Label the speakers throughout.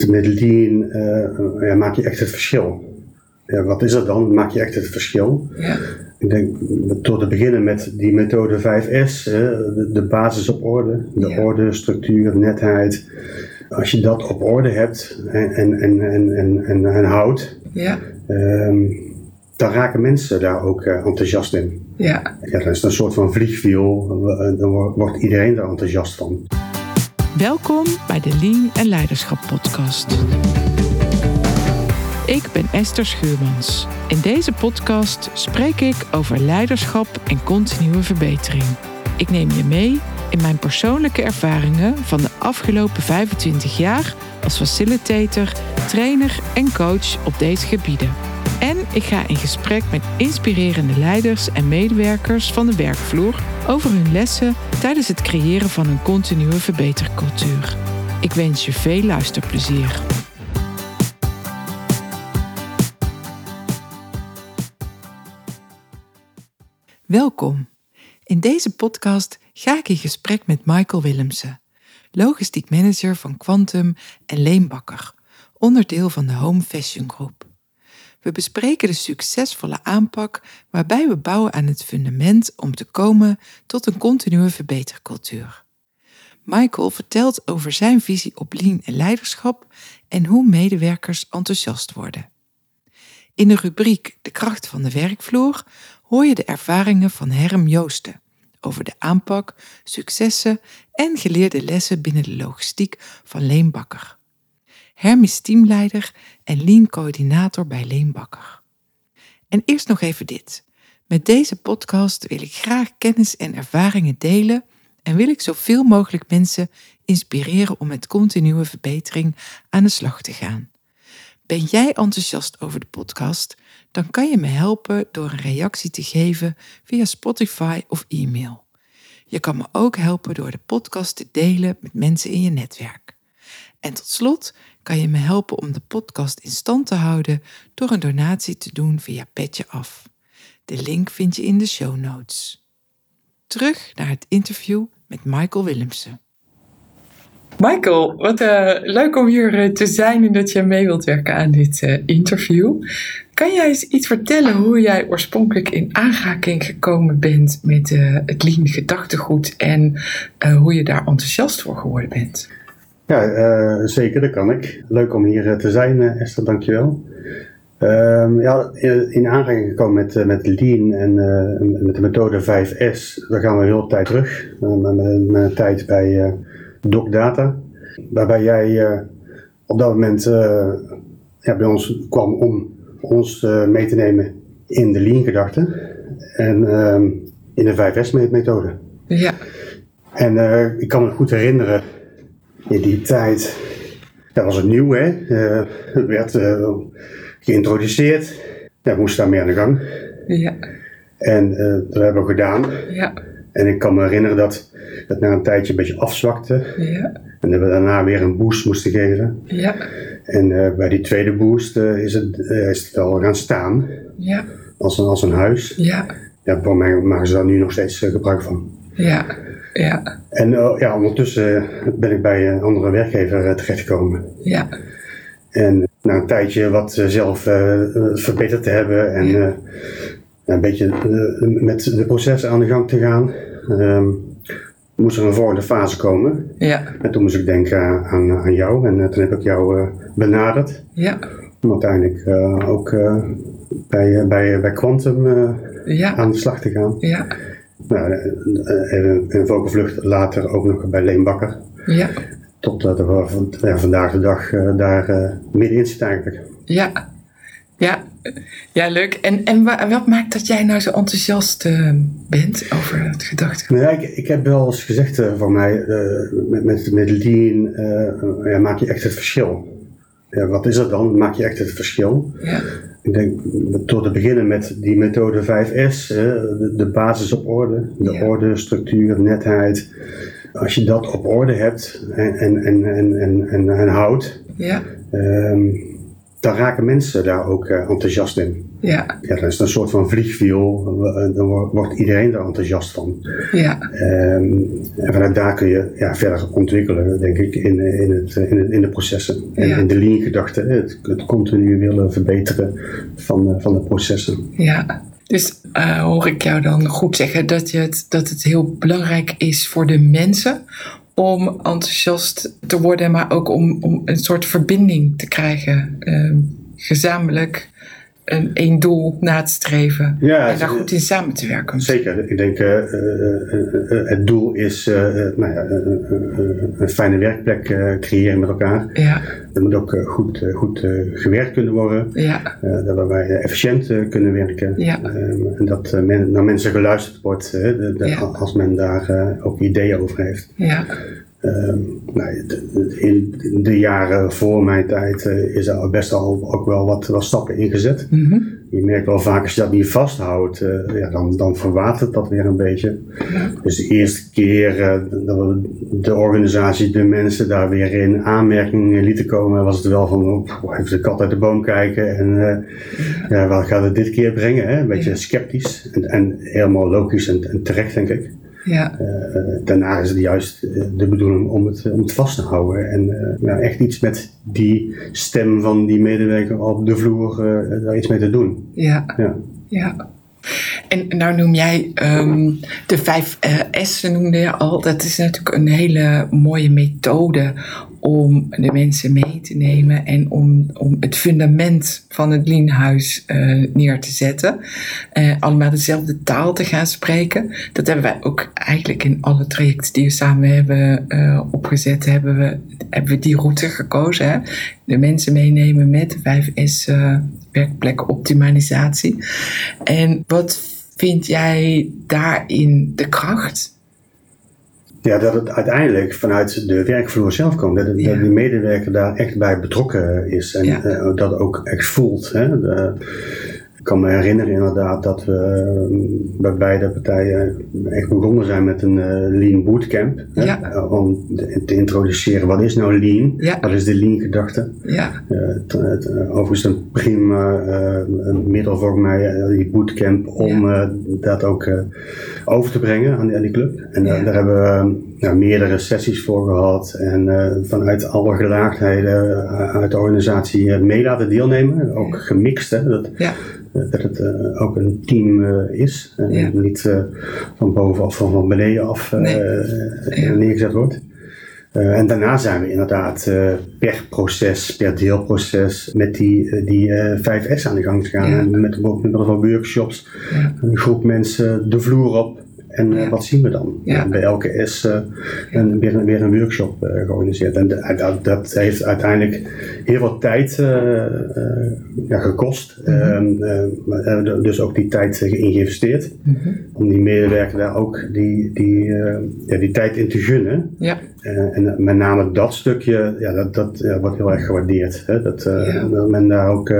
Speaker 1: Met Lean maak je echt het verschil. Ja, wat is dat dan? Maak je echt het verschil?
Speaker 2: Ja.
Speaker 1: Ik denk, door te beginnen met die methode 5S, de basis op orde, de orde, structuur, netheid. Als je dat op orde hebt en houdt, dan raken mensen daar ook enthousiast in.
Speaker 2: Ja.
Speaker 1: Ja, dat is een soort van vliegwiel, dan wordt iedereen daar enthousiast van.
Speaker 3: Welkom bij de Lean en Leiderschap podcast. Ik ben Esther Schuurmans. In deze podcast spreek ik over leiderschap en continue verbetering. Ik neem je mee in mijn persoonlijke ervaringen van de afgelopen 25 jaar als facilitator, trainer en coach op deze gebieden. En ik ga in gesprek met inspirerende leiders en medewerkers van de werkvloer over hun lessen tijdens het creëren van een continue verbetercultuur. Ik wens je veel luisterplezier. Welkom. In deze podcast ga ik in gesprek met Michael Willemsen, logistiek manager van Quantum en Leenbakker, onderdeel van de Home Fashion Group. We bespreken de succesvolle aanpak waarbij we bouwen aan het fundament om te komen tot een continue verbetercultuur. Michael vertelt over zijn visie op Lean en leiderschap en hoe medewerkers enthousiast worden. In de rubriek De kracht van de werkvloer hoor je de ervaringen van Herm Joosten over de aanpak, successen en geleerde lessen binnen de logistiek van Leenbakker. Herm is teamleider en Lean-coördinator bij Leenbakker. En eerst nog even dit. Met deze podcast wil ik graag kennis en ervaringen delen en wil ik zoveel mogelijk mensen inspireren om met continue verbetering aan de slag te gaan. Ben jij enthousiast over de podcast? Dan kan je me helpen door een reactie te geven via Spotify of e-mail. Je kan me ook helpen door de podcast te delen met mensen in je netwerk. En tot slot kan je me helpen om de podcast in stand te houden door een donatie te doen via Petje Af. De link vind je in de show notes. Terug naar het interview met Michael Willemsen.
Speaker 2: Michael, wat leuk om hier te zijn en dat je mee wilt werken aan dit interview. Kan jij eens iets vertellen hoe jij oorspronkelijk in aanraking gekomen bent met het Lean gedachtegoed en hoe je daar enthousiast voor geworden bent?
Speaker 1: Ja, zeker, dat kan ik. Leuk om hier te zijn, Esther, dankjewel. In aanraking gekomen met Lean en met de methode 5S, daar gaan we heel de tijd terug. Met een tijd bij DocData, waarbij jij op dat moment bij ons kwam om ons mee te nemen in de Lean-gedachte en in de 5S-methode.
Speaker 2: Ja.
Speaker 1: En ik kan me goed herinneren, in die tijd, dat was het nieuw, hè? Werd geïntroduceerd, we moesten daarmee aan de gang.
Speaker 2: Ja.
Speaker 1: En dat hebben we gedaan.
Speaker 2: Ja.
Speaker 1: En ik kan me herinneren dat het na een tijdje een beetje afzwakte.
Speaker 2: Ja.
Speaker 1: En dat we daarna weer een boost moesten geven.
Speaker 2: Ja.
Speaker 1: En bij die tweede boost is het al gaan staan.
Speaker 2: Ja.
Speaker 1: Als een huis.
Speaker 2: Ja.
Speaker 1: Ja, voor mij maken ze daar nu nog steeds gebruik van.
Speaker 2: Ja. Ja.
Speaker 1: En ondertussen ben ik bij een andere werkgever terechtgekomen.
Speaker 2: Ja.
Speaker 1: En na een tijdje wat zelf verbeterd te hebben en een beetje met de processen aan de gang te gaan, moest er een volgende fase komen.
Speaker 2: Ja.
Speaker 1: En toen moest ik denken aan jou en toen heb ik jou benaderd.
Speaker 2: Ja.
Speaker 1: Om uiteindelijk ook bij Quantum aan de slag te gaan.
Speaker 2: Ja.
Speaker 1: Nou, een vogelvlucht later ook nog bij Leenbakker.
Speaker 2: Ja.
Speaker 1: Totdat we vandaag de dag daar middenin zit eigenlijk.
Speaker 2: Ja. Ja. Ja, leuk. En wat maakt dat jij nou zo enthousiast bent over het gedachtegoed?
Speaker 1: Nou ja, ik heb wel eens gezegd van mij, met Lean maak je echt het verschil. Ja, wat is dat dan? Maak je echt het verschil?
Speaker 2: Ja.
Speaker 1: Ik denk, door te beginnen met die methode 5S, de basis op orde, de orde, structuur, netheid. Als je dat op orde hebt en houdt, dan raken mensen daar ook enthousiast in.
Speaker 2: Ja.
Speaker 1: Ja, dat is een soort van vliegwiel. Dan wordt iedereen er enthousiast van.
Speaker 2: Ja.
Speaker 1: En vanuit daar kun je verder ontwikkelen, denk ik, in de processen. En in de lean-gedachte, het continu willen verbeteren van de processen.
Speaker 2: Ja. Dus hoor ik jou dan goed zeggen dat het heel belangrijk is voor de mensen om enthousiast te worden, maar ook om een soort verbinding te krijgen, gezamenlijk één doel na te streven en daar goed in samen te werken.
Speaker 1: Zeker. Ik denk het doel is een fijne werkplek creëren met elkaar.
Speaker 2: Ja.
Speaker 1: Er moet ook goed gewerkt kunnen worden.
Speaker 2: Ja.
Speaker 1: Dat wij efficiënt kunnen werken.
Speaker 2: Ja.
Speaker 1: En dat naar mensen geluisterd wordt als men daar ook ideeën over heeft.
Speaker 2: Ja.
Speaker 1: In de jaren voor mijn tijd is er best al ook wel wat stappen ingezet.
Speaker 2: Mm-hmm.
Speaker 1: Je merkt wel vaak als je dat niet vasthoudt, dan verwatert dat weer een beetje.
Speaker 2: Ja.
Speaker 1: Dus de eerste keer dat we de organisatie, de mensen daar weer in aanmerking lieten komen, was het wel van even de kat uit de boom kijken en wat gaat het dit keer brengen? Hè? Een beetje sceptisch en helemaal logisch en terecht, denk ik.
Speaker 2: Ja.
Speaker 1: Daarna is het juist de bedoeling om het vast te houden en echt iets met die stem van die medewerker op de vloer daar iets mee te doen.
Speaker 2: Ja.
Speaker 1: Ja.
Speaker 2: Ja. En nou noem jij de 5 S'en noemde je al. Dat is natuurlijk een hele mooie methode om de mensen mee te nemen en om het fundament van het Leanhuis neer te zetten. Allemaal dezelfde taal te gaan spreken. Dat hebben wij ook eigenlijk in alle trajecten die we samen hebben opgezet, hebben we die route gekozen. Hè? De mensen meenemen met de 5 S werkplekoptimalisatie. En wat vind jij daarin de kracht?
Speaker 1: Ja, dat het uiteindelijk vanuit de werkvloer zelf komt. Dat de medewerker daar echt bij betrokken is. En dat ook echt voelt. Hè? Ik kan me herinneren inderdaad dat we bij beide partijen echt begonnen zijn met een Lean Bootcamp.
Speaker 2: Ja.
Speaker 1: Om te introduceren, wat is nou Lean?
Speaker 2: Ja.
Speaker 1: Wat is de Lean gedachte?
Speaker 2: Ja.
Speaker 1: Overigens een prima middel voor mij, die bootcamp, om dat ook over te brengen aan die club. En daar hebben we meerdere sessies voor gehad en vanuit alle gelaagdheden uit de organisatie mee laten deelnemen. Ook gemixt, hè, dat het ook een team is en niet van bovenaf of van beneden af neergezet wordt. En daarna zijn we inderdaad per proces, per deelproces met die 5 S aan de gang gegaan. En met middel van workshops, een groep mensen de vloer op. En wat zien we dan?
Speaker 2: Ja.
Speaker 1: Bij elke S weer een workshop georganiseerd. En dat heeft uiteindelijk heel veel tijd gekost. Dus ook die tijd in geïnvesteerd. Mm-hmm. Om die medewerker daar ook die tijd in te gunnen. Ja. En met name dat stukje, dat wordt heel erg gewaardeerd. Hè? Dat men daar ook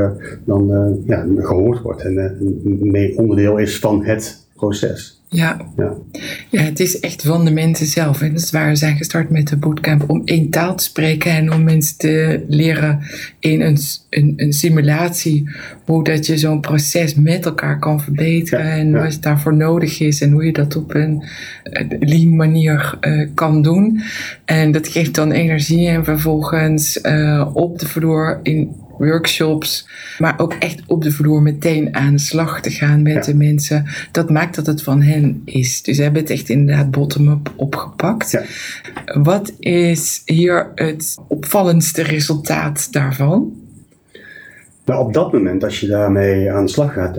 Speaker 1: gehoord wordt en mee onderdeel is van het proces.
Speaker 2: Ja, het is echt van de mensen zelf. En dat is waar we zijn gestart met de bootcamp, om één taal te spreken en om mensen te leren in een simulatie hoe dat je zo'n proces met elkaar kan verbeteren en wat daarvoor nodig is en hoe je dat op een lean manier kan doen. En dat geeft dan energie en vervolgens op de vloer in workshops, maar ook echt op de vloer meteen aan de slag te gaan met de mensen. Dat maakt dat het van hen is. Dus we hebben het echt inderdaad bottom-up opgepakt. Ja. Wat is hier het opvallendste resultaat daarvan?
Speaker 1: Nou, op dat moment, als je daarmee aan de slag gaat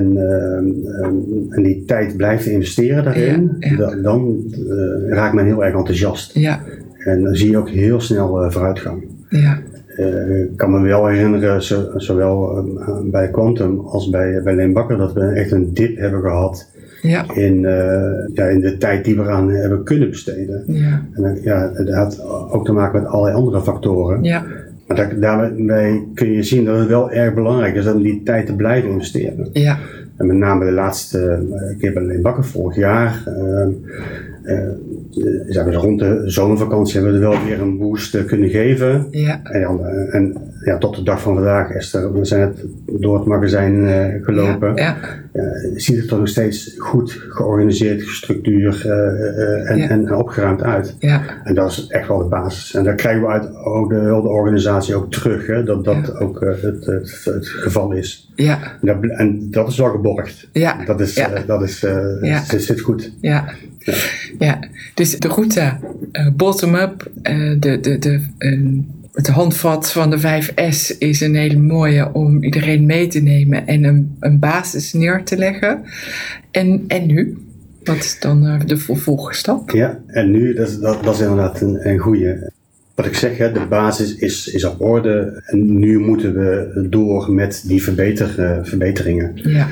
Speaker 1: en die tijd blijft investeren daarin, dan raakt men heel erg enthousiast. Ja. En dan zie je ook heel snel vooruitgang. Ja. Ik kan me wel herinneren, zowel bij Quantum als bij Leen Bakker, dat we echt een dip hebben gehad in de tijd die we eraan hebben kunnen besteden. Ja. En het had ook te maken met allerlei andere factoren. Ja. Maar daarbij kun je zien dat het wel erg belangrijk is om die tijd te blijven investeren. Ja. En met name de laatste keer bij Leen Bakker vorig jaar Zijn we rond de zomervakantie hebben we er wel weer een boost kunnen geven.
Speaker 2: Ja.
Speaker 1: En tot de dag van vandaag, Esther, we zijn het door het magazijn gelopen.
Speaker 2: Ja.
Speaker 1: Ziet het er nog steeds goed georganiseerd, gestructureerd en opgeruimd uit.
Speaker 2: Ja.
Speaker 1: En dat is echt wel de basis. En daar krijgen we uit de organisatie ook terug, hè, dat ook het geval is.
Speaker 2: Ja.
Speaker 1: En dat is wel geborgd.
Speaker 2: Ja.
Speaker 1: Het zit goed.
Speaker 2: Ja. Ja. Dus de route bottom-up, het handvat van de 5S is een hele mooie om iedereen mee te nemen en een basis neer te leggen. En nu? Wat is dan de vervolgstap?
Speaker 1: Ja, en nu, dat is inderdaad een goede. Wat ik zeg, de basis is op orde en nu moeten we door met die verbeteringen.
Speaker 2: Ja.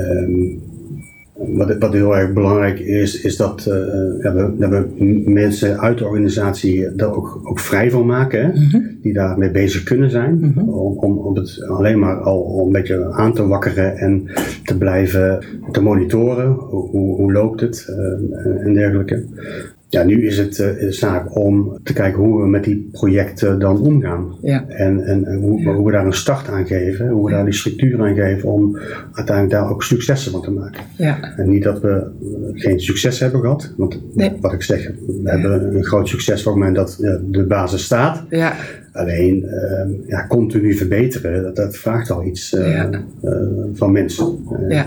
Speaker 1: Wat heel erg belangrijk is dat we mensen uit de organisatie daar ook vrij van maken, hè? Die daarmee bezig kunnen zijn, om het alleen maar al een beetje aan te wakkeren en te blijven te monitoren, hoe loopt het en dergelijke. Ja, nu is het zaak om te kijken hoe we met die projecten dan omgaan. Ja. En hoe we daar een start aan geven, hoe we daar die structuur aan geven om uiteindelijk daar ook successen van te maken. Ja. En niet dat we geen succes hebben gehad, want wat ik zeg, we hebben een groot succes op het moment dat de basis staat. Ja. Alleen continu verbeteren, dat vraagt al iets van mensen.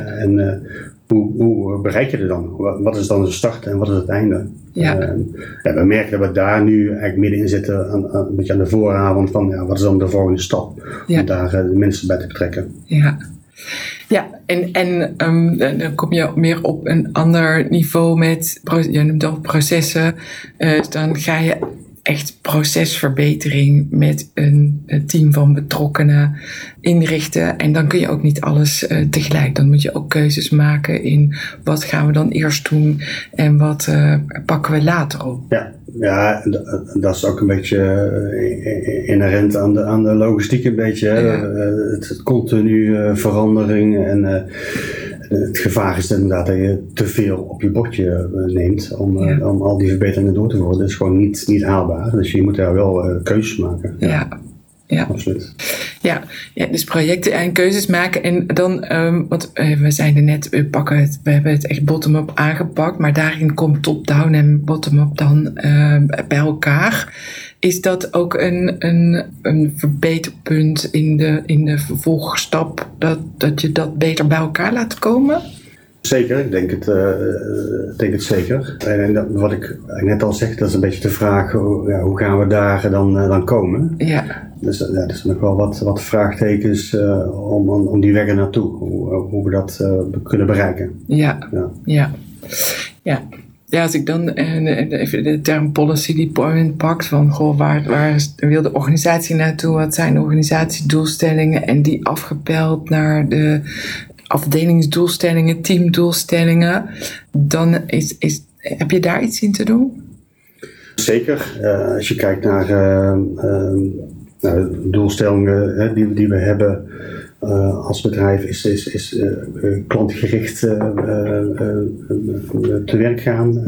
Speaker 1: Hoe bereik je er dan? Wat is dan de start en wat is het einde? Ja. We merken dat we daar nu eigenlijk middenin zitten, een beetje aan de vooravond van wat is dan de volgende stap? Om daar de mensen bij te betrekken.
Speaker 2: Ja. Ja, en dan kom je meer op een ander niveau met, je noemt al processen, dan ga je echt procesverbetering met een team van betrokkenen inrichten. En dan kun je ook niet alles tegelijk. Dan moet je ook keuzes maken in wat gaan we dan eerst doen en wat pakken we later op.
Speaker 1: Ja, dat is ook een beetje inherent aan de logistiek een beetje. Ja. Het continu verandering en het gevaar is inderdaad dat je te veel op je bordje neemt om al die verbeteringen door te voeren. Dat is gewoon niet haalbaar. Dus je moet daar wel keuzes maken.
Speaker 2: Ja.
Speaker 1: Absoluut.
Speaker 2: Ja, dus projecten en keuzes maken. En dan, want we zeiden net, we hebben het echt bottom-up aangepakt. Maar daarin komt top-down en bottom-up dan bij elkaar. Is dat ook een verbeterpunt in de vervolgstap? Dat je dat beter bij elkaar laat komen?
Speaker 1: Zeker, ik denk het zeker. En wat ik net al zeg, dat is een beetje de vraag, hoe gaan we daar dan komen? Ja. Dus er zijn nog wel wat vraagtekens om die weg er naartoe, hoe we dat kunnen bereiken.
Speaker 2: Ja, als ik dan even de term policy deployment pak, van waar wil de organisatie naartoe, wat zijn de organisatiedoelstellingen en die afgepeld naar de afdelingsdoelstellingen, teamdoelstellingen, dan heb je daar iets in te doen?
Speaker 1: Zeker. Als je kijkt naar de doelstellingen die we hebben als bedrijf, is klantgericht te werk gaan.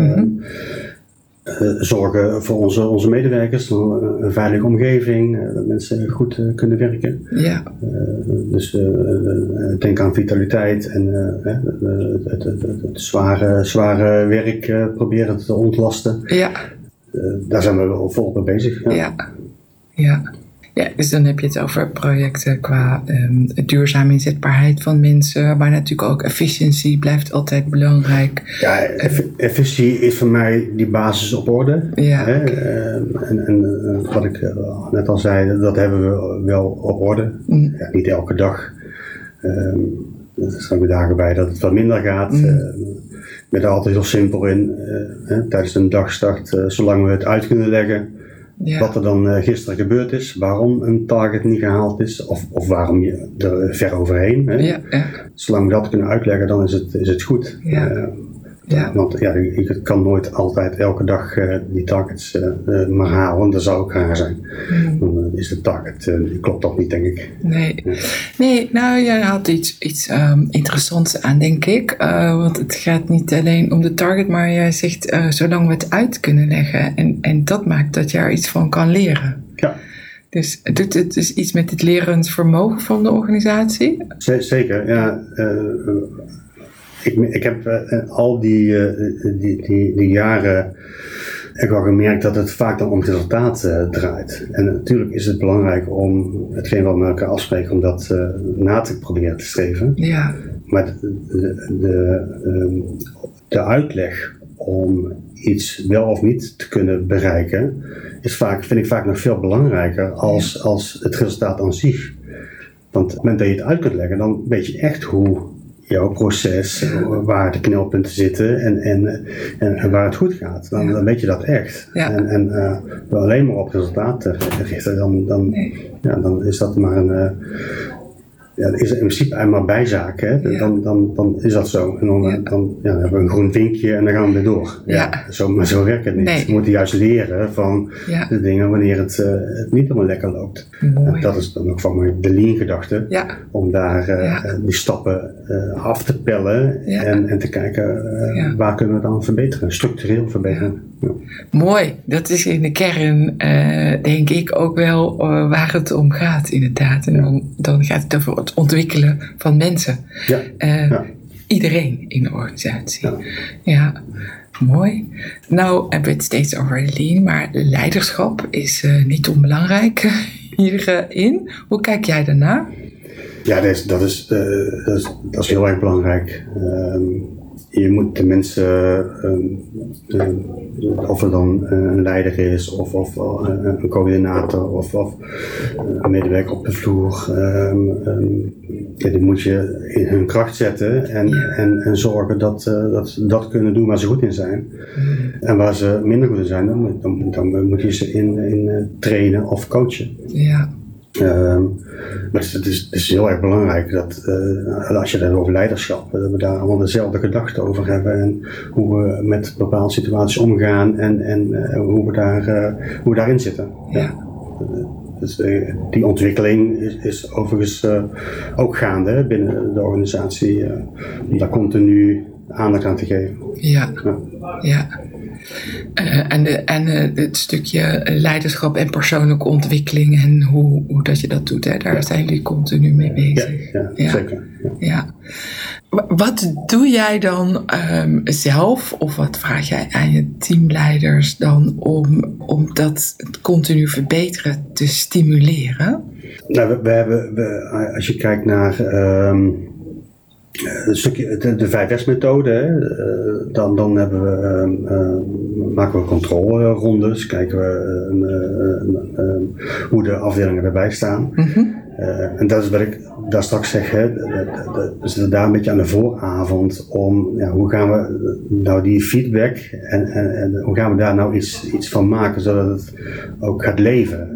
Speaker 1: Zorgen voor onze medewerkers, een veilige omgeving, dat mensen goed kunnen werken. Ja. Dus denk aan vitaliteit en het zware werk proberen te ontlasten. Ja. Daar zijn we wel volop mee bezig. Ja, dus dan heb je het over projecten qua duurzame inzetbaarheid van mensen, maar natuurlijk ook efficiëntie blijft altijd belangrijk. Ja, efficiëntie is voor mij die basis op orde. Ja. Hè? En wat ik net al zei, dat hebben we wel op orde. Ja, niet elke dag. Er zijn ook dagen bij dat het wat minder gaat. Ik ben er altijd heel simpel in. Tijdens een dagstart, zolang we het uit kunnen leggen. Ja. Wat er dan gisteren gebeurd is, waarom een target niet gehaald is, of waarom je er ver overheen. Hè? Ja. Zolang we dat kunnen uitleggen, dan is het goed. Ja.
Speaker 2: Ja.
Speaker 1: Want je kan nooit altijd elke dag die targets maar halen, want dat zou ook raar zijn. Dan is de target, klopt dat niet, denk ik.
Speaker 2: Nee, nou, jij had iets interessants aan, denk ik. Want het gaat niet alleen om de target, maar jij zegt zolang we het uit kunnen leggen. En dat maakt dat je er iets van kan leren.
Speaker 1: Ja.
Speaker 2: Dus doet het dus iets met het lerend vermogen van de organisatie?
Speaker 1: Zeker, ja. Ik heb al die jaren echt wel gemerkt dat het vaak dan om het resultaat draait. En natuurlijk is het belangrijk om hetgeen wat we met elkaar afspreken, om dat na te proberen te streven.
Speaker 2: Ja.
Speaker 1: Maar de uitleg om iets wel of niet te kunnen bereiken, vind ik vaak nog veel belangrijker als het resultaat aan zich. Want op het moment dat je het uit kunt leggen, dan weet je echt hoe jouw proces, waar de knelpunten zitten en waar het goed gaat. Dan weet je dat echt.
Speaker 2: Ja.
Speaker 1: En alleen maar op resultaat richten, dan is dat maar een... dat is in principe maar bijzaak, hè? Dan is dat zo. En dan hebben we een groen vinkje en dan gaan we weer door. Maar zo werkt het niet.
Speaker 2: Nee.
Speaker 1: We moeten juist leren van de dingen wanneer het niet helemaal lekker loopt. En dat is dan ook van mij de lean-gedachte. Ja. Om daar die stappen af te pellen en te kijken waar kunnen we dan verbeteren. Structureel verbeteren. Ja.
Speaker 2: Mooi. Dat is in de kern, denk ik, ook wel waar het om gaat, inderdaad. En dan gaat het over het ontwikkelen van mensen. Iedereen in de organisatie. Ja, mooi. Nou hebben we het steeds over lean, maar leiderschap is niet onbelangrijk hierin. Hoe kijk jij daarnaar?
Speaker 1: Ja, dat is heel erg belangrijk. Je moet de mensen, of er dan een leider is, of een coördinator, of een medewerker op de vloer, die moet je in hun kracht zetten en zorgen dat ze dat kunnen doen waar ze goed in zijn. En waar ze minder goed in zijn, dan moet je ze in trainen of coachen.
Speaker 2: Ja.
Speaker 1: Maar het is heel erg belangrijk dat als je het over leiderschap, dat we daar allemaal dezelfde gedachten over hebben en hoe we met bepaalde situaties omgaan en hoe we daarin zitten. Ja. Dus die ontwikkeling is overigens ook gaande binnen de organisatie, om daar continu aandacht aan te geven.
Speaker 2: Ja. En het stukje leiderschap en persoonlijke ontwikkeling en hoe dat je dat doet, hè? Daar zijn jullie continu mee bezig.
Speaker 1: Ja, zeker.
Speaker 2: Ja. Wat doe jij dan zelf, of wat vraag jij aan je teamleiders dan om dat continu verbeteren te stimuleren?
Speaker 1: Nou, als je kijkt naar een stukje de 5S-methode, dan maken we controlerondes, kijken we hoe de afdelingen erbij staan. En dat is wat ik daar straks zeg, we zitten daar een beetje aan de vooravond om hoe gaan we nou die feedback en hoe gaan we daar nou iets van maken zodat het ook gaat leven,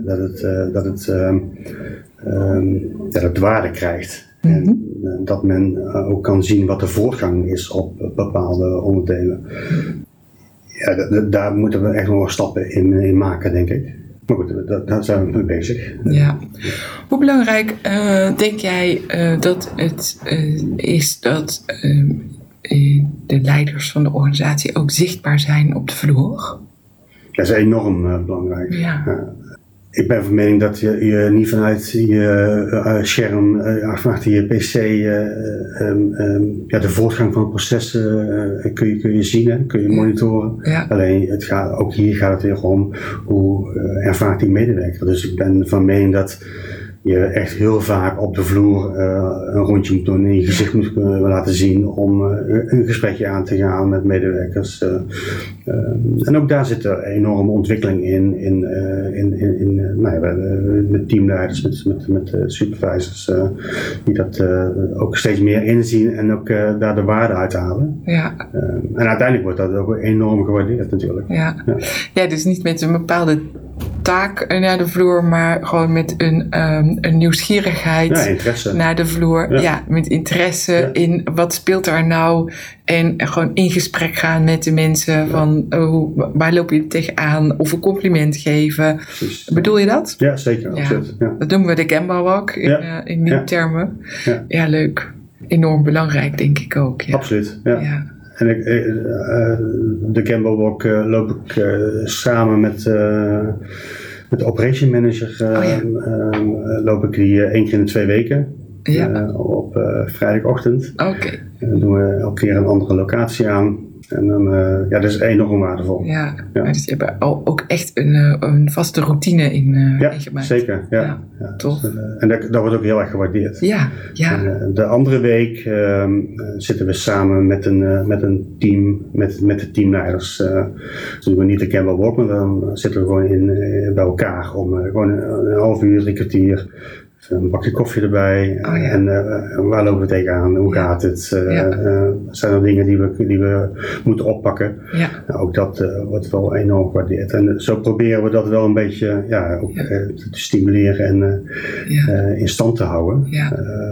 Speaker 1: dat het waarde krijgt. En dat men ook kan zien wat de voortgang is op bepaalde onderdelen. Ja, daar moeten we echt nog stappen in maken, denk ik. Maar goed, daar zijn we mee bezig.
Speaker 2: Ja. Hoe belangrijk denk jij dat het is dat de leiders van de organisatie ook zichtbaar zijn op de vloer?
Speaker 1: Dat is enorm belangrijk.
Speaker 2: Ja.
Speaker 1: Ik ben van mening dat je niet vanuit je scherm, achter je pc, de voortgang van het proces kun je zien, hè, kun je monitoren. Ja. Alleen ook hier gaat het weer om hoe ervaart die medewerker. Dus ik ben van mening dat je echt heel vaak op de vloer een rondje moet doen en je gezicht moet laten zien om een gesprekje aan te gaan met medewerkers. En ook daar zit er enorme ontwikkeling met teamleiders, met supervisors, die dat ook steeds meer inzien en ook daar de waarde uithalen. Ja. En uiteindelijk wordt dat ook enorm gewaardeerd natuurlijk.
Speaker 2: Ja, dus niet met een bepaalde taak naar de vloer, maar gewoon met een nieuwsgierigheid
Speaker 1: interesse
Speaker 2: naar de vloer.
Speaker 1: Ja.
Speaker 2: Met interesse in wat speelt er nou. En gewoon in gesprek gaan met de mensen van waar loop je tegenaan of een compliment geven.
Speaker 1: Precies.
Speaker 2: Bedoel je dat?
Speaker 1: Ja, zeker. Absoluut. Ja.
Speaker 2: Dat noemen we de Gemba Walk in nieuwe termen. Ja, leuk. Enorm belangrijk, denk ik ook. Ja.
Speaker 1: Absoluut. Ja. En de Gemba Walk loop ik samen met de operation manager. Loop ik die 1 keer in de 2 weken. Op vrijdagochtend.
Speaker 2: Oké.
Speaker 1: Dan doen we elke keer een andere locatie aan. En dan, dat is enorm waardevol.
Speaker 2: Ja. Dus je hebt ook echt een vaste routine in gemaakt.
Speaker 1: Zeker. Ja.
Speaker 2: Tof.
Speaker 1: Dus, en dat wordt ook heel erg gewaardeerd.
Speaker 2: Ja.
Speaker 1: En, de andere week zitten we samen met een team, met de teamleiders. Dus doen we niet de Gemba Walk, maar dan zitten we gewoon bij elkaar om gewoon een half uur, 3 kwartier. Een bakje koffie erbij. En waar lopen we tegenaan? Hoe gaat het? Zijn er dingen die we moeten oppakken? Ja. Ook dat wordt wel enorm gewaardeerd. En zo proberen we dat wel een beetje te stimuleren en in stand te houden. Ja.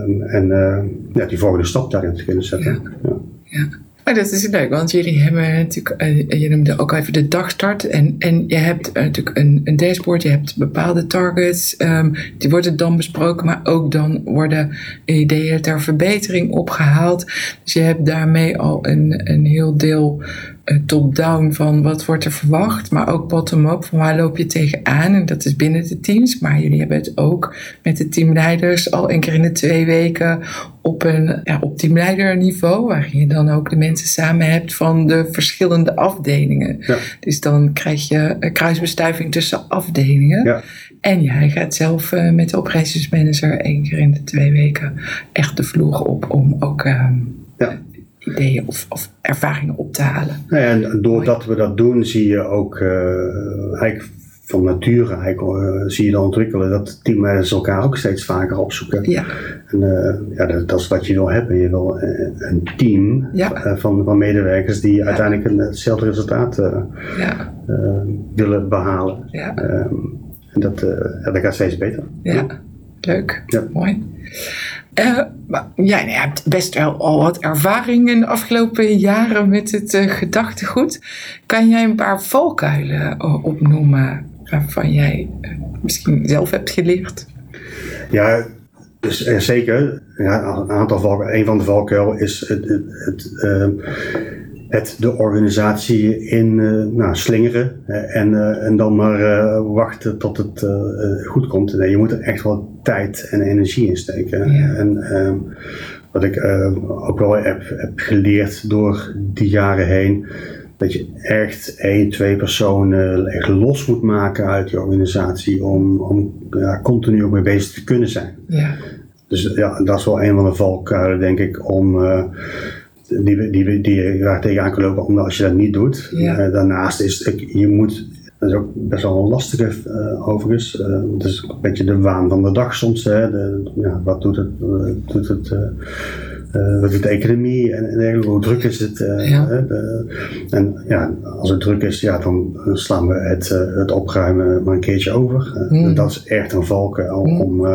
Speaker 1: Die volgende stap daarin te kunnen zetten.
Speaker 2: Ja. Maar dat is leuk, want jullie hebben natuurlijk, je noemde ook even de dagstart en je hebt natuurlijk een dashboard, je hebt bepaalde targets, die worden dan besproken, maar ook dan worden ideeën ter verbetering opgehaald. Dus je hebt daarmee al een heel deel top-down van wat wordt er verwacht, maar ook bottom-up van waar loop je tegenaan. En dat is binnen de teams, maar jullie hebben het ook met de teamleiders al 1 keer in de 2 weken op teamleiderniveau, waarin je dan ook de mensen samen hebt van de verschillende afdelingen. Ja. Dus dan krijg je kruisbestuiving tussen afdelingen. Ja. En jij gaat zelf met de operations manager 1 keer in de 2 weken echt de vloer op om ook ideeën of ervaringen op te halen.
Speaker 1: Nou ja, en doordat we dat doen, zie je ook eigenlijk van nature zie je dan ontwikkelen dat teamleiders elkaar ook steeds vaker opzoeken. Ja. En dat is wat je wil hebben. Je wil een team van medewerkers die uiteindelijk hetzelfde resultaat willen behalen. Ja. En dat gaat steeds beter.
Speaker 2: Ja, leuk. Ja. Mooi. Je hebt best wel al wat ervaring in de afgelopen jaren met het gedachtegoed. Kan jij een paar valkuilen opnoemen waarvan jij misschien zelf hebt geleerd?
Speaker 1: Ja, dus zeker. Ja, een aantal valkuilen. Een van de valkuilen is de organisatie in slingeren en dan maar wachten tot het goed komt. Nee, je moet er echt wel tijd en energie in steken. Ja. En wat ik ook wel heb geleerd door die jaren heen, dat je echt 1, 2 personen echt los moet maken uit je organisatie om continu ook mee bezig te kunnen zijn. Ja. Dus dat is wel een van de valkuilen, denk ik, om die waar tegenaan kan lopen, omdat als je dat niet doet. Ja. Daarnaast is je moet, dat is ook best wel een lastige overigens. Het is een beetje de waan van de dag soms. Hè. Wat doet de economie en dergelijke, hoe druk is het? Als het druk is, dan slaan we het opruimen maar een keertje over. Dat is echt een valkuil om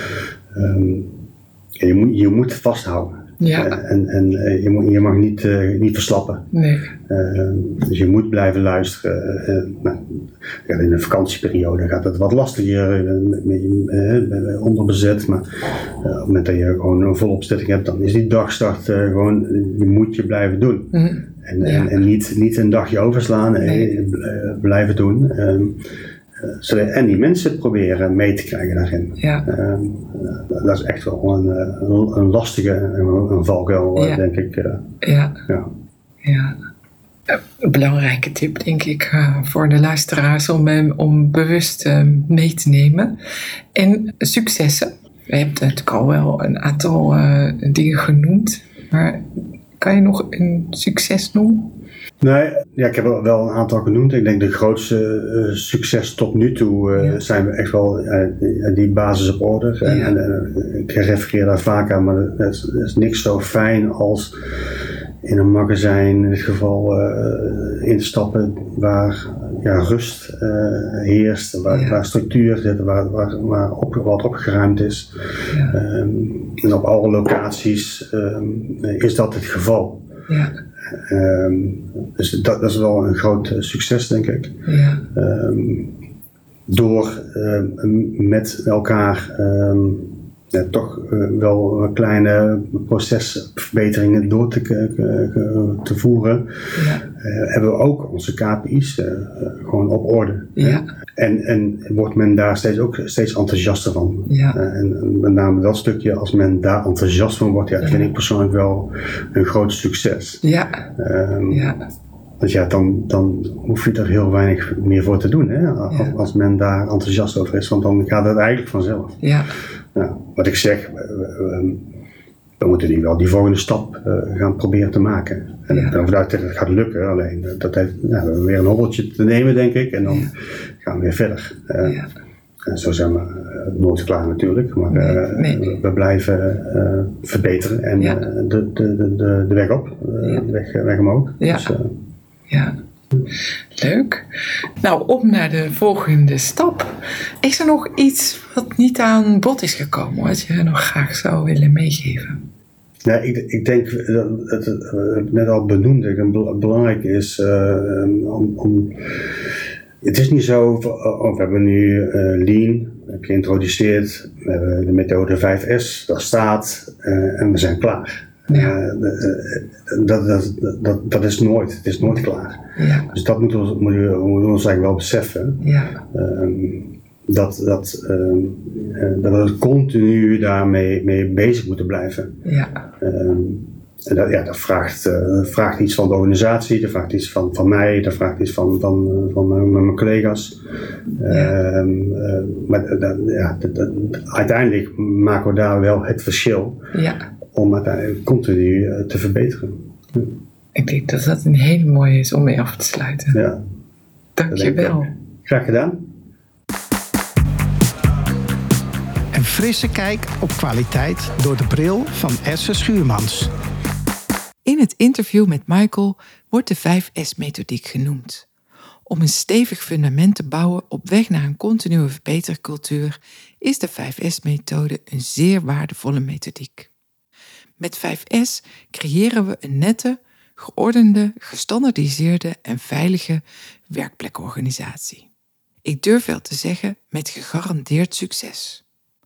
Speaker 1: je moet vasthouden. Ja. En je mag niet verslappen. Nee. Dus je moet blijven luisteren. In de vakantieperiode gaat het wat lastiger, onderbezet. Maar op het moment dat je gewoon een volle opstelling hebt, dan is die dagstart gewoon, die moet je blijven doen. Mm. En niet een dagje overslaan, blijven doen. En die mensen proberen mee te krijgen daarin. Ja. Dat is echt wel een lastige een valkuil, denk ik.
Speaker 2: Ja. Een belangrijke tip, denk ik, voor de luisteraars om bewust mee te nemen. En successen. We hebben natuurlijk al wel een aantal dingen genoemd. Maar kan je nog een succes noemen?
Speaker 1: Nee, ik heb er wel een aantal genoemd. Ik denk de grootste succes tot nu toe zijn we echt wel die basis op orde. En ik refereer daar vaak aan, maar het is niks zo fijn als in een magazijn in dit geval instappen waar rust heerst, waar structuur zit, waar wat opgeruimd is.
Speaker 2: Ja.
Speaker 1: En op alle locaties is dat het geval.
Speaker 2: Ja.
Speaker 1: Dus dat is wel een groot succes, denk ik.
Speaker 2: Ja.
Speaker 1: Door met elkaar toch wel kleine procesverbeteringen door te voeren, hebben we ook onze KPI's gewoon op orde.
Speaker 2: Ja.
Speaker 1: En wordt men daar steeds enthousiaster van.
Speaker 2: Ja.
Speaker 1: En met name dat stukje, als men daar enthousiast van wordt, vind ik persoonlijk wel een groot succes.
Speaker 2: Ja.
Speaker 1: Dus dan hoef je er heel weinig meer voor te doen, hè? Als men daar enthousiast over is, want dan gaat het eigenlijk vanzelf.
Speaker 2: Ja.
Speaker 1: Nou, wat ik zeg, we moeten nu wel die volgende stap gaan proberen te maken. En ik ben overtuigd dat het gaat lukken, alleen dat heeft we hebben weer een hobbeltje te nemen, denk ik, en dan gaan we weer verder. En zo zijn we nooit klaar natuurlijk, maar we blijven verbeteren en de weg op, de weg omhoog.
Speaker 2: Ja.
Speaker 1: Dus,
Speaker 2: ja. Leuk. Nou, op naar de volgende stap. Is er nog iets wat niet aan bod is gekomen, wat je nog graag zou willen meegeven?
Speaker 1: Ja, ik denk dat het net al benoemde, dat belangrijk is om. Het is niet zo, we hebben nu Lean geïntroduceerd, we hebben de methode 5S, dat staat en we zijn klaar.
Speaker 2: Ja.
Speaker 1: Dat is nooit, het is nooit klaar.
Speaker 2: Ja.
Speaker 1: Dus dat moeten we ons eigenlijk wel beseffen.
Speaker 2: Ja.
Speaker 1: Dat we continu daarmee bezig moeten blijven.
Speaker 2: Ja.
Speaker 1: En dat vraagt iets van de organisatie, dat vraagt iets van mij, dat vraagt iets van mijn collega's. Maar uiteindelijk maken we daar wel het verschil om uiteindelijk continu te verbeteren.
Speaker 2: Ik denk dat dat een hele mooie is om mee af te sluiten.
Speaker 1: Ja.
Speaker 2: Dank je wel.
Speaker 1: Graag gedaan.
Speaker 4: Een frisse kijk op kwaliteit door de bril van Esse Schuurmans.
Speaker 3: In het interview met Michael wordt de 5S-methodiek genoemd. Om een stevig fundament te bouwen op weg naar een continue verbetercultuur is de 5S-methode een zeer waardevolle methodiek. Met 5S creëren we een nette, geordende, gestandaardiseerde en veilige werkplekorganisatie. Ik durf wel te zeggen met gegarandeerd succes.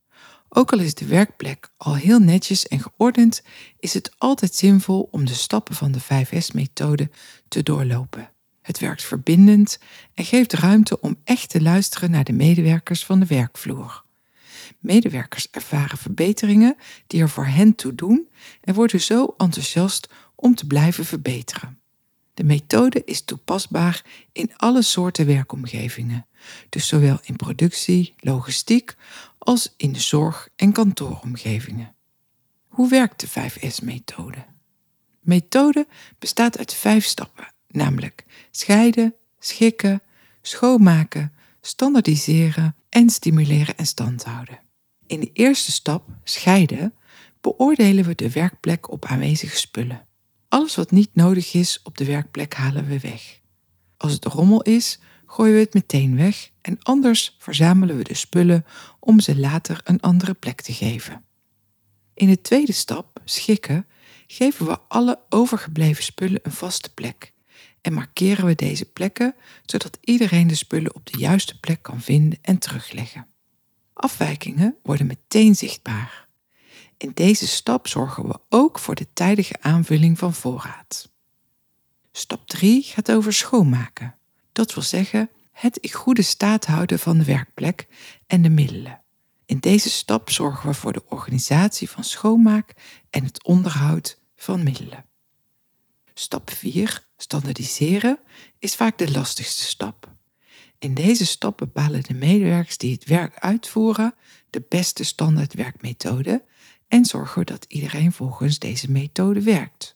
Speaker 3: Ook al is de werkplek al heel netjes en geordend, is het altijd zinvol om de stappen van de 5S-methode te doorlopen. Het werkt verbindend en geeft ruimte om echt te luisteren naar de medewerkers van de werkvloer. Medewerkers ervaren verbeteringen die er voor hen toe doen en worden zo enthousiast om te blijven verbeteren. De methode is toepasbaar in alle soorten werkomgevingen, dus zowel in productie, logistiek als in de zorg- en kantooromgevingen. Hoe werkt de 5S-methode? De methode bestaat uit 5 stappen, namelijk scheiden, schikken, schoonmaken, standaardiseren en stimuleren en standhouden. In de eerste stap, scheiden, beoordelen we de werkplek op aanwezige spullen. Alles wat niet nodig is op de werkplek halen we weg. Als het rommel is, gooien we het meteen weg en anders verzamelen we de spullen om ze later een andere plek te geven. In de tweede stap, schikken, geven we alle overgebleven spullen een vaste plek en markeren we deze plekken zodat iedereen de spullen op de juiste plek kan vinden en terugleggen. Afwijkingen worden meteen zichtbaar. In deze stap zorgen we ook voor de tijdige aanvulling van voorraad. Stap 3 gaat over schoonmaken. Dat wil zeggen het in goede staat houden van de werkplek en de middelen. In deze stap zorgen we voor de organisatie van schoonmaak en het onderhoud van middelen. Stap 4, standaardiseren, is vaak de lastigste stap. In deze stap bepalen de medewerkers die het werk uitvoeren de beste standaardwerkmethode en zorgen we dat iedereen volgens deze methode werkt.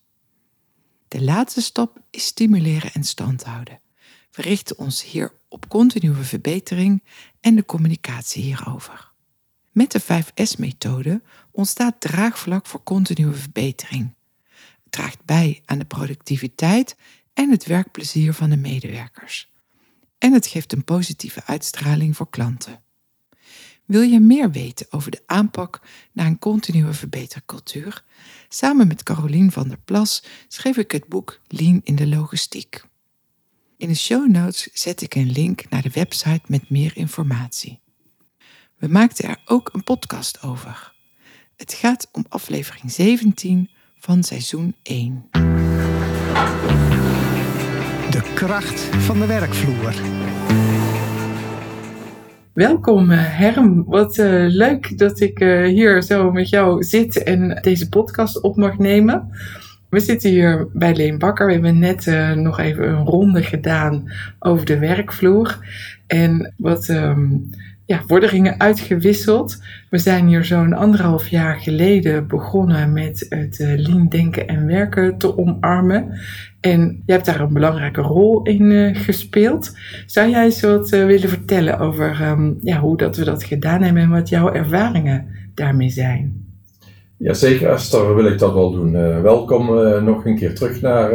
Speaker 3: De laatste stap is stimuleren en standhouden. We richten ons hier op continue verbetering en de communicatie hierover. Met de 5S-methode ontstaat draagvlak voor continue verbetering. Het draagt bij aan de productiviteit en het werkplezier van de medewerkers. en het geeft een positieve uitstraling voor klanten. Wil je meer weten over de aanpak naar een continue verbetercultuur? Samen met Carolien van der Plas schreef ik het boek Lean in de logistiek. In de show notes zet ik een link naar de website met meer informatie. We maakten er ook een podcast over. Het gaat om aflevering 17 van seizoen 1.
Speaker 4: De kracht van de werkvloer.
Speaker 2: Welkom Herm, wat leuk dat ik hier zo met jou zit en deze podcast op mag nemen. We zitten hier bij Leen Bakker. We hebben net nog even een ronde gedaan over de werkvloer en wat vorderingen uitgewisseld. We zijn hier zo'n 1,5 jaar geleden begonnen met het lean denken en werken te omarmen. En je hebt daar een belangrijke rol in gespeeld. Zou jij eens wat willen vertellen over hoe dat we dat gedaan hebben en wat jouw ervaringen daarmee zijn?
Speaker 5: Ja, zeker Esther, wil ik dat wel doen. Welkom nog een keer terug naar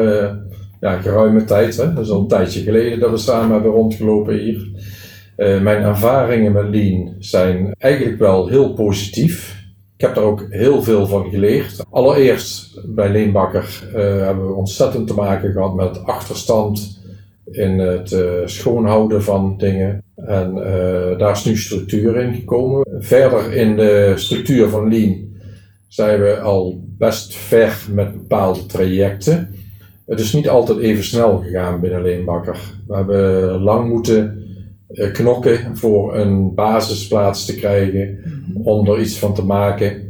Speaker 5: geruime tijd. Hè? Dat is al een tijdje geleden dat we samen hebben rondgelopen hier. Mijn ervaringen met Lean zijn eigenlijk wel heel positief. Ik heb daar ook heel veel van geleerd. Allereerst bij Leen Bakker hebben we ontzettend te maken gehad met achterstand in het schoonhouden van dingen. En daar is nu structuur in gekomen. Verder in de structuur van Lean zijn we al best ver met bepaalde trajecten. Het is niet altijd even snel gegaan binnen Leen Bakker. We hebben lang moeten knokken voor een basisplaats te krijgen, om er iets van te maken.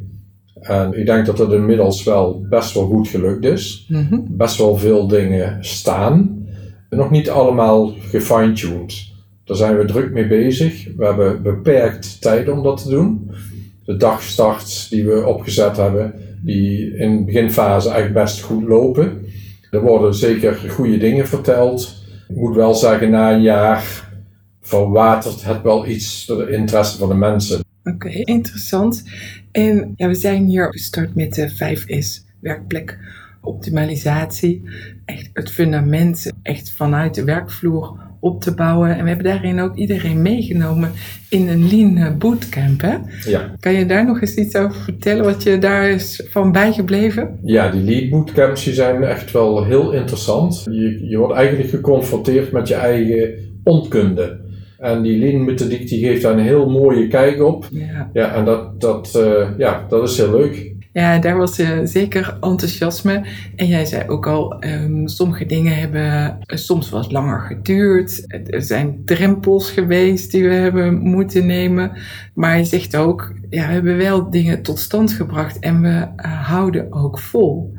Speaker 5: En ik denk dat dat inmiddels wel best wel goed gelukt is. Best wel veel dingen staan. Nog niet allemaal gefine-tuned. Daar zijn we druk mee bezig. We hebben beperkt tijd om dat te doen. De dagstarts die we opgezet hebben, die in de beginfase eigenlijk best goed lopen. Er worden zeker goede dingen verteld. Ik moet wel zeggen, na een jaar verwatert het wel iets door de interesse van de mensen.
Speaker 2: Oké, interessant. En we zijn hier gestart met de 5S, werkplek, optimalisatie. Echt het fundament, echt vanuit de werkvloer op te bouwen. En we hebben daarin ook iedereen meegenomen in een Lean Bootcamp. Hè?
Speaker 5: Ja.
Speaker 2: Kan je daar nog eens iets over vertellen, wat je daar is van bijgebleven?
Speaker 5: Ja, die Lean Bootcamps die zijn echt wel heel interessant. Je wordt eigenlijk geconfronteerd met je eigen onkunde. En die Lean methodiek die geeft daar een heel mooie kijk op. Ja, en dat is heel leuk.
Speaker 2: Ja, daar was zeker enthousiasme. En jij zei ook al, sommige dingen hebben soms wat langer geduurd. Er zijn drempels geweest die we hebben moeten nemen. Maar je zegt ook, we hebben wel dingen tot stand gebracht en we houden ook vol.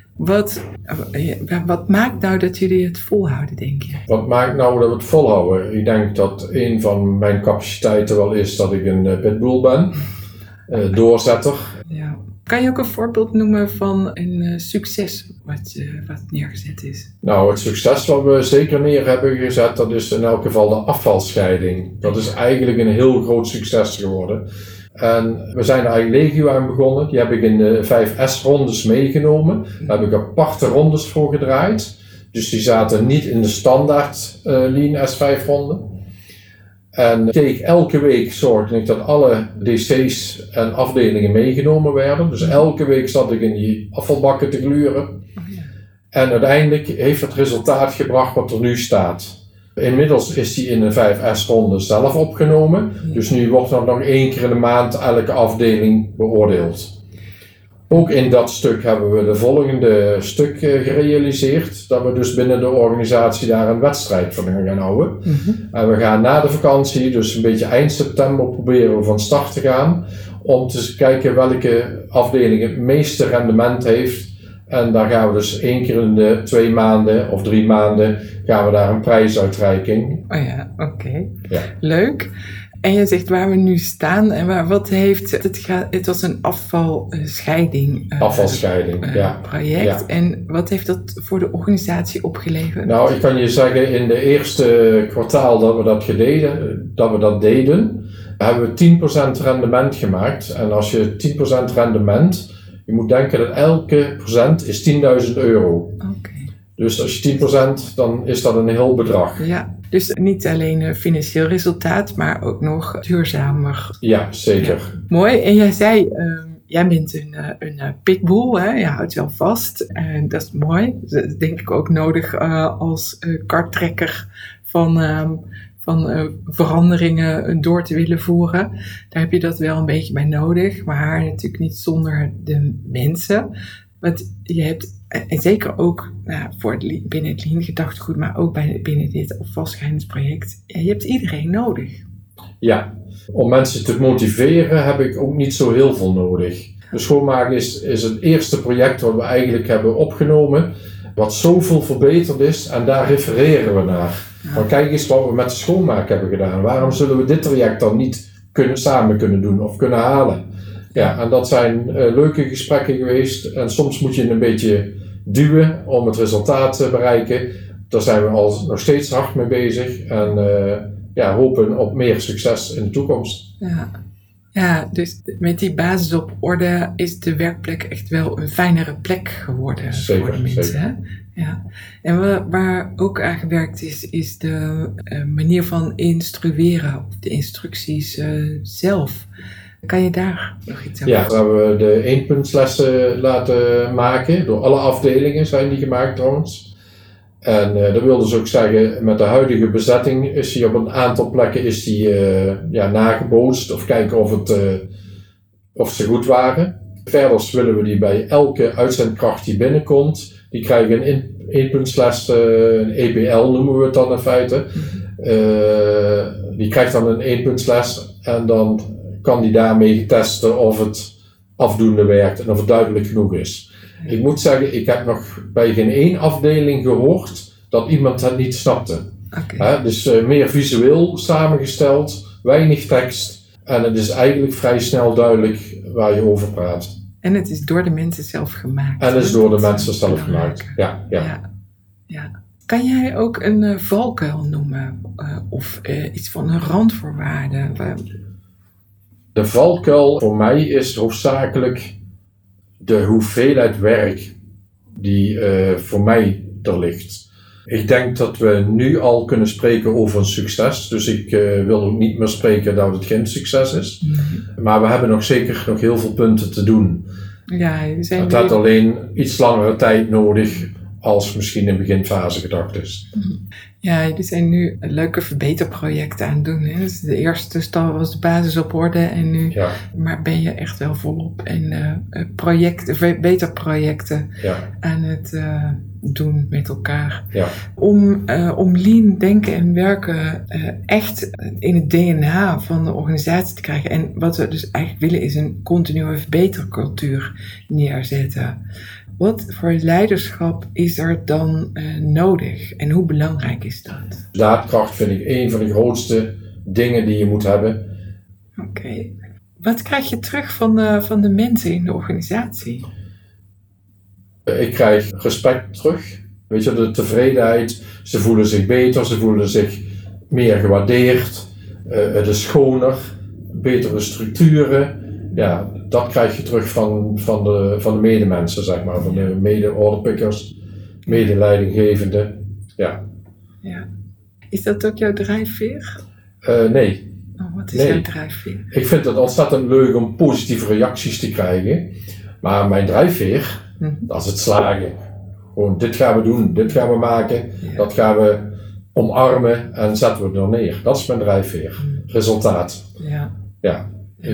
Speaker 2: Wat maakt nou dat jullie het volhouden, denk je?
Speaker 5: Wat maakt nou dat we het volhouden? Ik denk dat een van mijn capaciteiten wel is dat ik een pitbull ben. Doorzetter.
Speaker 2: Ja. Kan je ook een voorbeeld noemen van een succes wat neergezet is?
Speaker 5: Nou, het succes wat we zeker neer hebben gezet, dat is in elk geval de afvalscheiding. Dat is eigenlijk een heel groot succes geworden. En we zijn er eigenlijk legio aan begonnen. Die heb ik in de 5S-rondes meegenomen. Daar heb ik aparte rondes voor gedraaid. Dus die zaten niet in de standaard Lean S5-ronde. En elke week zorgde ik dat alle DC's en afdelingen meegenomen werden. Dus elke week zat ik in die afvalbakken te gluren. En uiteindelijk heeft het resultaat gebracht wat er nu staat. Inmiddels is die in de 5S-ronde zelf opgenomen. Dus nu wordt er nog 1 keer in de maand elke afdeling beoordeeld. Ook in dat stuk hebben we de volgende stuk gerealiseerd. Dat we dus binnen de organisatie daar een wedstrijd van gaan houden. En we gaan na de vakantie, dus een beetje eind september, proberen we van start te gaan. Om te kijken welke afdeling het meeste rendement heeft. En daar gaan we dus 1 keer in de 2 maanden of 3 maanden gaan we daar een prijsuitreiking.
Speaker 2: Oh ja, oké.
Speaker 5: Ja.
Speaker 2: Leuk. En je zegt waar we nu staan en wat heeft het was een afvalscheiding.
Speaker 5: Afvalscheiding, ja.
Speaker 2: Project.
Speaker 5: Ja.
Speaker 2: En wat heeft dat voor de organisatie opgeleverd?
Speaker 5: Nou, ik kan je zeggen, in de eerste kwartaal dat we dat deden, hebben we 10% rendement gemaakt. En als je 10% rendement, je moet denken dat elke procent is €10.000.
Speaker 2: Okay.
Speaker 5: Dus als je 10%, dan is dat een heel bedrag.
Speaker 2: Ja, dus niet alleen financieel resultaat, maar ook nog duurzamer.
Speaker 5: Ja, zeker.
Speaker 2: Ja. Mooi. En jij zei, jij bent een pitbull, hè? Je houdt wel vast. En dat is mooi. Dat is denk ik ook nodig als karttrekker van veranderingen door te willen voeren. Daar heb je dat wel een beetje bij nodig. Maar natuurlijk niet zonder de mensen. Want je hebt, en zeker ook binnen het Lean gedachtegoed, maar ook binnen dit vastschrijvingsproject, je hebt iedereen nodig.
Speaker 5: Ja, om mensen te motiveren heb ik ook niet zo heel veel nodig. De schoonmaak is het eerste project wat we eigenlijk hebben opgenomen, wat zoveel verbeterd is en daar refereren we naar. Maar kijk eens wat we met de schoonmaak hebben gedaan. Waarom zullen we dit traject dan niet samen kunnen doen of kunnen halen? Ja, en dat zijn leuke gesprekken geweest. En soms moet je een beetje duwen om het resultaat te bereiken. Daar zijn we al nog steeds hard mee bezig. En hopen op meer succes in de toekomst.
Speaker 2: Ja, dus met die basis op orde is de werkplek echt wel een fijnere plek geworden voor de mensen.
Speaker 5: Zeker.
Speaker 2: Hè? Ja. En waar ook aan gewerkt is de manier van instrueren, of de instructies zelf. Kan je daar nog iets over
Speaker 5: zeggen? Ja, daar hebben we de 1-puntslessen laten maken. Door alle afdelingen zijn die gemaakt trouwens. En dat wil dus ook zeggen, met de huidige bezetting is die op een aantal plekken nagebootst of kijken of ze goed waren. Verder willen we die bij elke uitzendkracht die binnenkomt, die krijgen een 1-puntsles, een EPL noemen we het dan in feite. Die krijgt dan een 1-puntsles en dan kan die daarmee testen of het afdoende werkt en of het duidelijk genoeg is. Ik moet zeggen, ik heb nog bij geen één afdeling gehoord dat iemand het niet snapte.
Speaker 2: Okay.
Speaker 5: Dus meer visueel samengesteld, weinig tekst en het is eigenlijk vrij snel duidelijk waar je over praat.
Speaker 2: En het is door de mensen zelf gemaakt.
Speaker 5: En het is door de mensen zelf gemaakt, ja.
Speaker 2: Kan jij ook een valkuil noemen of iets van een randvoorwaarde?
Speaker 5: De valkuil voor mij is hoofdzakelijk de hoeveelheid werk die voor mij er ligt. Ik denk dat we nu al kunnen spreken over een succes. Dus ik wil ook niet meer spreken dat het geen succes is. Mm-hmm. Maar we hebben zeker nog heel veel punten te doen.
Speaker 2: Ja,
Speaker 5: het had alleen iets langere tijd nodig als misschien in beginfase gedacht is.
Speaker 2: Mm-hmm. Ja, jullie zijn nu leuke verbeterprojecten aan het doen. Hè? Dus de eerste stap was de basis op orde en nu maar ben je echt wel volop en verbeterprojecten aan het doen met elkaar.
Speaker 5: Ja.
Speaker 2: Om lean denken en werken echt in het DNA van de organisatie te krijgen. En wat we dus eigenlijk willen is een continue verbetercultuur neerzetten. Wat voor leiderschap is er dan nodig en hoe belangrijk is dat?
Speaker 5: Daadkracht vind ik een van de grootste dingen die je moet hebben.
Speaker 2: Oké. Wat krijg je terug van de mensen in de organisatie?
Speaker 5: Ik krijg respect terug. Weet je, de tevredenheid. Ze voelen zich beter, ze voelen zich meer gewaardeerd. Het is schoner, betere structuren. Ja, dat krijg je terug van de medemensen, zeg maar. Van de mede-orderpickers, medeleidinggevenden. Ja.
Speaker 2: Is dat ook jouw drijfveer?
Speaker 5: Nee.
Speaker 2: Wat is jouw drijfveer?
Speaker 5: Ik vind het ontzettend leuk om positieve reacties te krijgen. Maar mijn drijfveer, dat is het slagen. Gewoon, dit gaan we doen, dit gaan we maken, dat gaan we omarmen en zetten we het er neer. Dat is mijn drijfveer. Resultaat. Ja.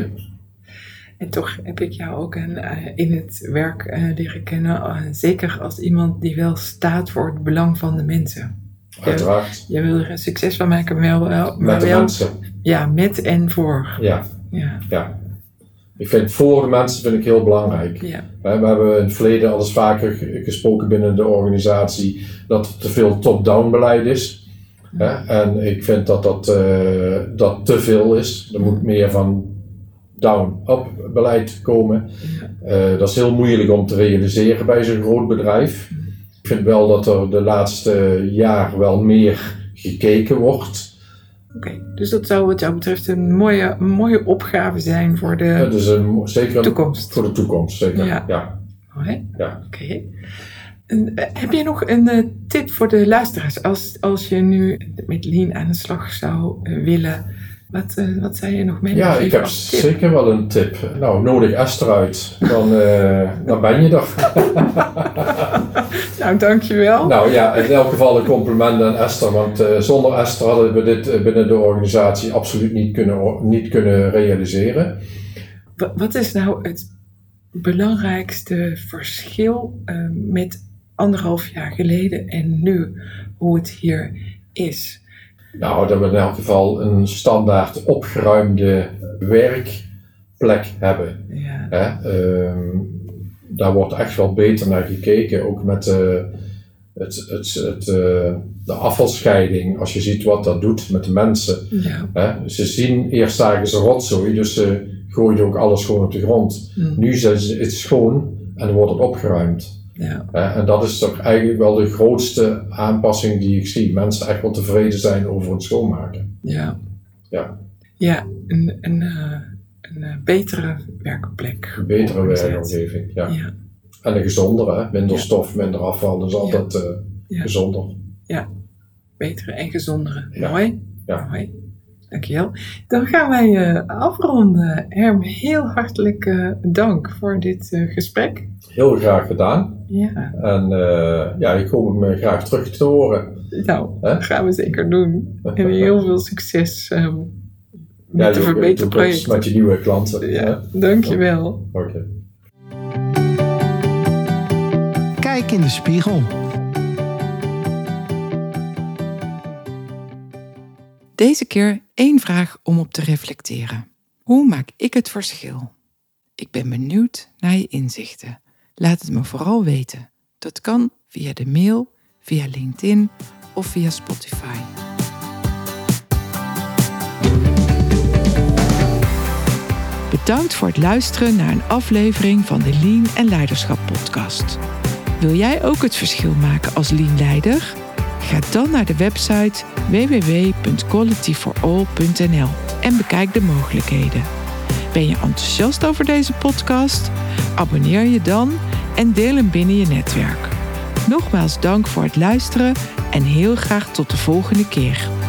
Speaker 2: En toch heb ik jou ook in het werk leren kennen, zeker als iemand die wel staat voor het belang van de mensen.
Speaker 5: Uiteraard.
Speaker 2: Je wil er een succes van maken, maar
Speaker 5: met de mensen.
Speaker 2: Ja, met en voor.
Speaker 5: Ja. Ik vind voor de mensen heel belangrijk.
Speaker 2: Ja.
Speaker 5: We hebben in het verleden al eens vaker gesproken binnen de organisatie dat er te veel top-down beleid is. En ik vind dat te veel is. Er moet meer van down-up beleid komen. Dat is heel moeilijk om te realiseren bij zo'n groot bedrijf. Ik vind wel dat er de laatste jaar wel meer gekeken wordt.
Speaker 2: Oké, dus dat zou wat jou betreft een mooie opgave zijn voor de
Speaker 5: zeker
Speaker 2: toekomst.
Speaker 5: Voor de toekomst, zeker.
Speaker 2: Ja. Mooi.
Speaker 5: Ja.
Speaker 2: Oké. Heb je nog een tip voor de luisteraars? Als je nu met Lean aan de slag zou willen, wat zou je nog mee?
Speaker 5: Ja, ik heb zeker wel een tip. Nou, nodig Esther uit. Dan ben je er.
Speaker 2: Nou, dankjewel.
Speaker 5: Nou ja, in elk geval een compliment aan Esther. Want zonder Esther hadden we dit binnen de organisatie absoluut niet kunnen realiseren.
Speaker 2: Wat is nou het belangrijkste verschil met 1,5 jaar geleden en nu, hoe het hier is?
Speaker 5: Nou, dat we in elk geval een standaard opgeruimde werkplek hebben.
Speaker 2: Ja.
Speaker 5: Daar wordt echt wel beter naar gekeken, ook met de afvalscheiding. Als je ziet wat dat doet met de mensen.
Speaker 2: Ja.
Speaker 5: Eerst zagen ze rotzooi, dus ze gooiden ook alles gewoon op de grond. Nu is het schoon en dan wordt het opgeruimd.
Speaker 2: Ja.
Speaker 5: En dat is toch eigenlijk wel de grootste aanpassing die ik zie. Mensen echt wel tevreden zijn over het schoonmaken.
Speaker 2: Ja.
Speaker 5: Ja.
Speaker 2: Ja, een betere werkplek.
Speaker 5: Een betere werkomgeving, ja.
Speaker 2: Ja.
Speaker 5: En een gezondere, minder stof, minder afval, dus altijd gezonder.
Speaker 2: Ja, betere en gezondere.
Speaker 5: Ja.
Speaker 2: Mooi.
Speaker 5: Ja.
Speaker 2: Mooi. Dankjewel. Dan gaan wij afronden. Herm, heel hartelijk dank voor dit gesprek.
Speaker 5: Heel graag gedaan.
Speaker 2: Ja.
Speaker 5: En ik hoop hem graag terug te horen.
Speaker 2: Nou, dat gaan we zeker doen. En heel veel succes met de verbeterprojecten.
Speaker 5: Met je nieuwe klanten.
Speaker 2: Ja, dankjewel.
Speaker 5: Oké.
Speaker 4: Kijk in de spiegel.
Speaker 3: Deze keer 1 vraag om op te reflecteren. Hoe maak ik het verschil? Ik ben benieuwd naar je inzichten. Laat het me vooral weten. Dat kan via de mail, via LinkedIn of via Spotify. Bedankt voor het luisteren naar een aflevering van de Lean en Leiderschap podcast. Wil jij ook het verschil maken als Lean-leider? Ga dan naar de website www.qualityforall.nl en bekijk de mogelijkheden. Ben je enthousiast over deze podcast? Abonneer je dan en deel hem binnen je netwerk. Nogmaals dank voor het luisteren en heel graag tot de volgende keer.